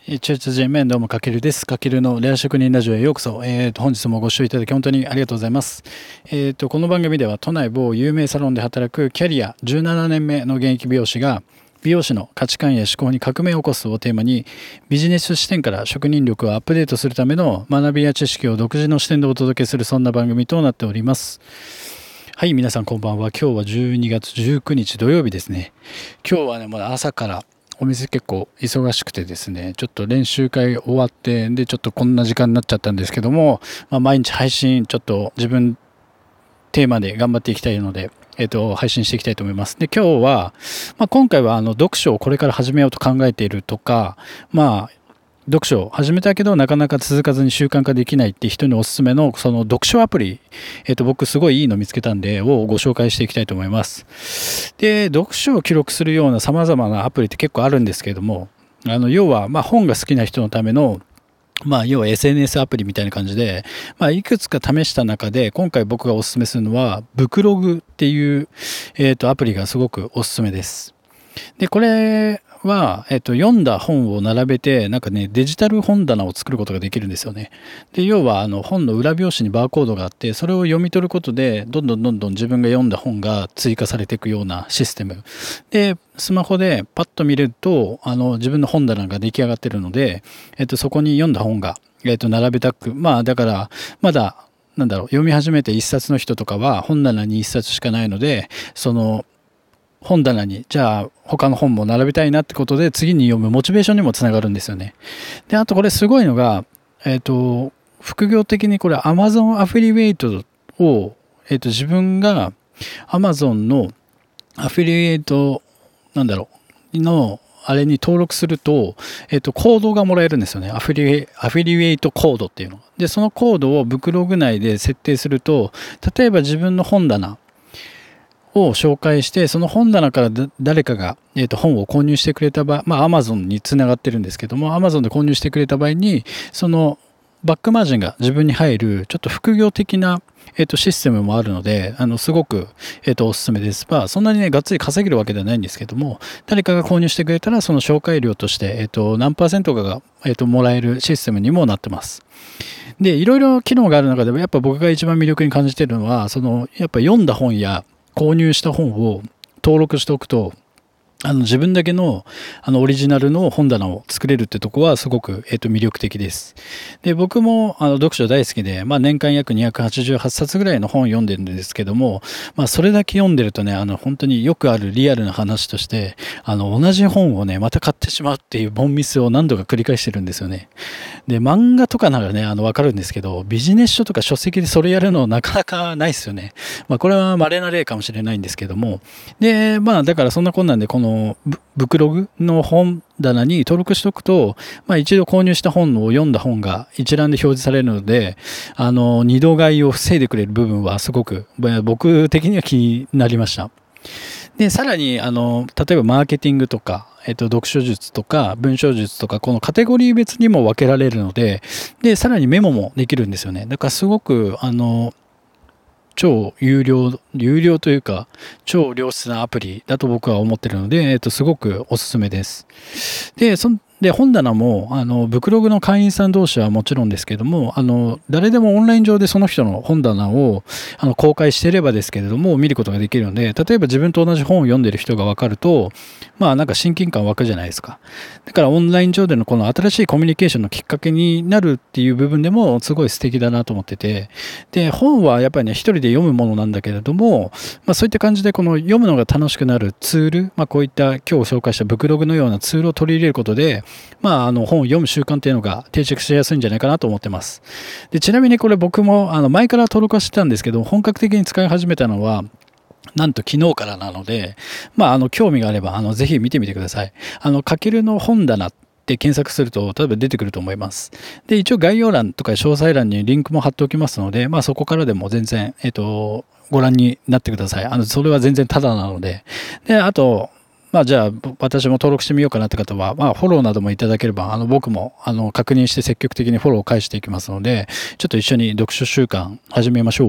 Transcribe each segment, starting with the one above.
チューツジェメン、どうもかけるです。かけるのレア職人ラジオへようこそ。本日もご視聴いただき本当にありがとうございます。この番組では都内某有名サロンで働くキャリア17年目の現役美容師が美容師の価値観や思考に革命を起こすをテーマにビジネス視点から職人力をアップデートするための学びや知識を独自の視点でお届けするそんな番組となっております。はい、皆さんこんばんは。今日は12月19日土曜日ですね。今日はね、まだ朝からお店結構忙しくてですね、ちょっと練習会終わって、で、ちょっとこんな時間になっちゃったんですけども、毎日配信、ちょっと自分テーマで頑張っていきたいので、配信していきたいと思います。で、今日は、今回は読書をこれから始めようと考えているとか、読書を始めたけどなかなか続かずに習慣化できないって人におすすめのその読書アプリ、僕すごいいいの見つけたんでをご紹介していきたいと思います。で、読書を記録するような様々なアプリって結構あるんですけれども、要は本が好きな人のための要は SNS アプリみたいな感じで、いくつか試した中で、今回僕がおすすめするのは、ブクログっていう、アプリがすごくおすすめです。で、これは、読んだ本を並べて、デジタル本棚を作ることができるんですよね。で、要は、本の裏表紙にバーコードがあって、それを読み取ることで、どんどん自分が読んだ本が追加されていくようなシステム。で、スマホでパッと見ると、自分の本棚が出来上がってるので、そこに読んだ本が、並べたく、だから、まだ、読み始めて一冊の人とかは、本棚に一冊しかないので、その、本棚にじゃあ他の本も並べたいなってことで次に読むモチベーションにもつながるんですよね。で、あとこれすごいのが、副業的にこれ Amazon アフィリエイトを、自分が Amazon のアフィリエイトのあれに登録すると、コードがもらえるんですよね。アフィリエイトコードっていうの。で、そのコードをブクログ内で設定すると、例えば自分の本棚を紹介して、その本棚から誰かが、本を購入してくれた場合、Amazon につながってるんですけども、Amazon で購入してくれた場合に、そのバックマージンが自分に入る、ちょっと副業的な、システムもあるので、すごく、おすすめです。そんなにね、がっつり稼げるわけではないんですけども、誰かが購入してくれたら、その紹介料として、何%かが、もらえるシステムにもなってます。で、いろいろ機能がある中でも、やっぱ僕が一番魅力に感じているのは、やっぱ読んだ本や、購入した本を登録しておくと、自分だけのオリジナルの本棚を作れるってとこはすごく、魅力的です。で、僕も読書大好きで、年間約288冊ぐらいの本を読んでるんですけども、それだけ読んでるとね、本当によくあるリアルな話として、同じ本をね、また買ってしまうっていう凡ミスを何度か繰り返してるんですよね。で、漫画とかならね、わかるんですけど、ビジネス書とか書籍でそれやるのなかなかないですよね。これは稀な例かもしれないんですけども。で、だからそんなこんなんで、このブクログの本棚に登録しておくと、一度購入した本を読んだ本が一覧で表示されるので、二度買いを防いでくれる部分はすごく、僕的には気になりました。で、さらに、例えばマーケティングとか、読書術とか文章術とか、このカテゴリー別にも分けられるので、で、さらにメモもできるんですよね。だからすごく、超有料というか、超良質なアプリだと僕は思ってるので、すごくおすすめです。で、本棚も、ブクログの会員さん同士はもちろんですけども、誰でもオンライン上でその人の本棚を、公開していればですけれども、見ることができるので、例えば自分と同じ本を読んでる人が分かると、親近感湧くじゃないですか。だからオンライン上でのこの新しいコミュニケーションのきっかけになるっていう部分でも、すごい素敵だなと思ってて、で、本はやっぱりね、一人で読むものなんだけれども、そういった感じでこの読むのが楽しくなるツール、こういった今日紹介したブクログのようなツールを取り入れることで、本を読む習慣っていうのが定着しやすいんじゃないかなと思ってます。で、ちなみにこれ僕も前から登録はしてたんですけど、本格的に使い始めたのは、なんと昨日からなので、興味があれば、ぜひ見てみてください。かけるの本棚って検索すると、例えば出てくると思います。で、一応概要欄とか詳細欄にリンクも貼っておきますので、そこからでも全然、ご覧になってください。それは全然タダなので。で、あと、じゃあ私も登録してみようかなって方は、フォローなどもいただければ、僕も確認して積極的にフォローを返していきますので、ちょっと一緒に読書習慣始めましょう。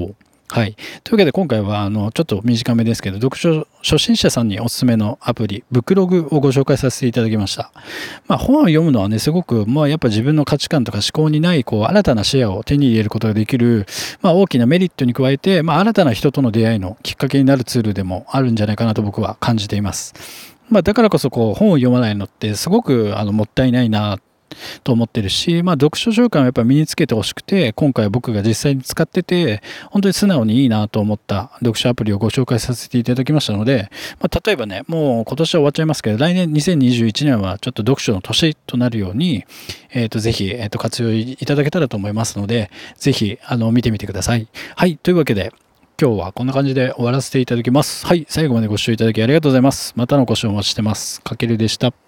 はい。というわけで今回はちょっと短めですけど、読書初心者さんにおすすめのアプリ、ブックログをご紹介させていただきました。本を読むのはね、すごく、やっぱ自分の価値観とか思考にない、新たな視野を手に入れることができる、大きなメリットに加えて、新たな人との出会いのきっかけになるツールでもあるんじゃないかなと僕は感じています。だからこそ本を読まないのってすごくもったいないなと思ってるし、読書習慣をやっぱり身につけてほしくて、今回僕が実際に使ってて、本当に素直にいいなと思った読書アプリをご紹介させていただきましたので、例えばね、もう今年は終わっちゃいますけど、来年2021年はちょっと読書の年となるように、ぜひ、活用いただけたらと思いますので、ぜひ、見てみてください。はい、というわけで、今日はこんな感じで終わらせていただきます。はい、最後までご視聴いただきありがとうございます。またのご視聴お待ちしてます。かけるでした。